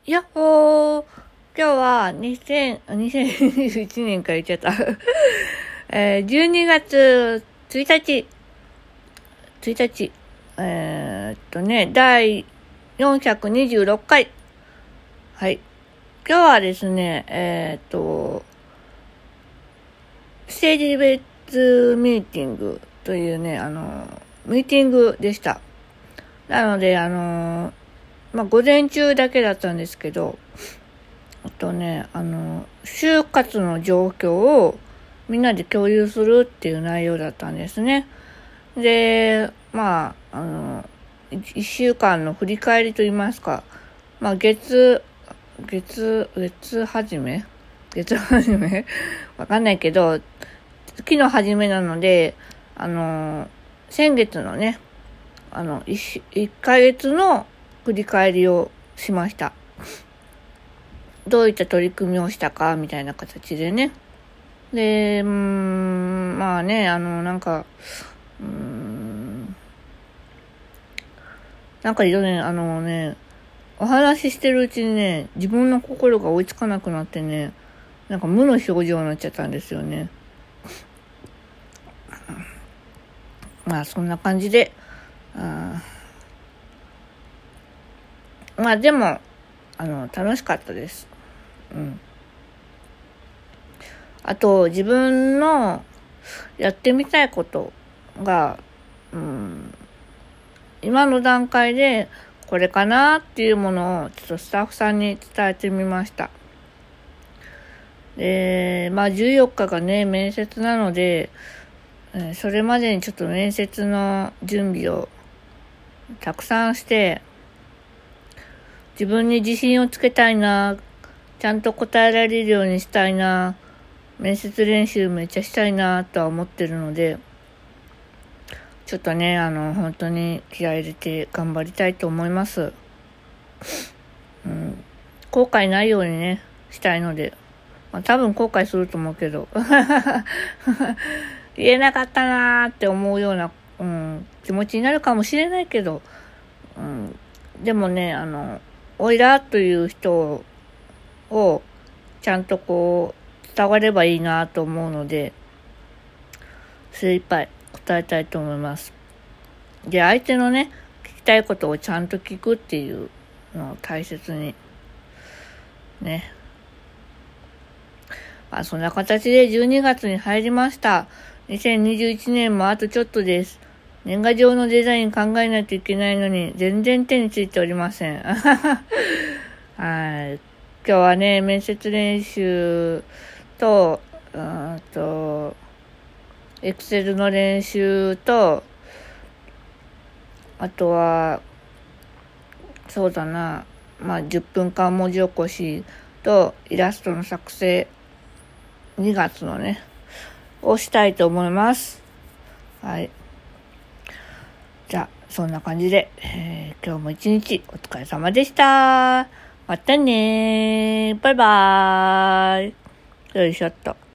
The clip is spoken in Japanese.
やっほー。今日は2021年から言っちゃった。12月1日。第426回。はい。今日はですね、ステージ別ミーティングというね、ミーティングでした。なので、午前中だけだったんですけど、就活の状況をみんなで共有するっていう内容だったんですね。で、一週間の振り返りと言いますか、月始めわかんないけど、月の始めなので、先月のね、1ヶ月の振り返りをしました。どういった取り組みをしたかみたいな形でね。で、いろいろね、お話ししてるうちにね、自分の心が追いつかなくなってね、無の表情になっちゃったんですよね。そんな感じで、でも、楽しかったです。あと、自分のやってみたいことが、今の段階でこれかなっていうものをちょっとスタッフさんに伝えてみました。で、14日がね、面接なので、それまでにちょっと面接の準備をたくさんして、自分に自信をつけたいな、ちゃんと答えられるようにしたいな、面接練習めっちゃしたいなとは思ってるので、ちょっとね、本当に気合い入れて頑張りたいと思います。後悔ないようにね、したいので、多分後悔すると思うけど、言えなかったなーって思うような、気持ちになるかもしれないけど、でもね、おいらという人をちゃんと伝わればいいなと思うので、精一杯答えたいと思います。で、相手のね、聞きたいことをちゃんと聞くっていうのを大切にね。そんな形で12月に入りました。2021年もあとちょっとです。年賀状のデザイン考えないといけないのに全然手についておりません。はい。今日はね、面接練習と、エクセルの練習と、あとは、そうだな、10分間文字起こしとイラストの作成、2月のね、をしたいと思います。はい。じゃあ、そんな感じで、今日も一日お疲れ様でした。またねー。バイバーイ。よいしょっと。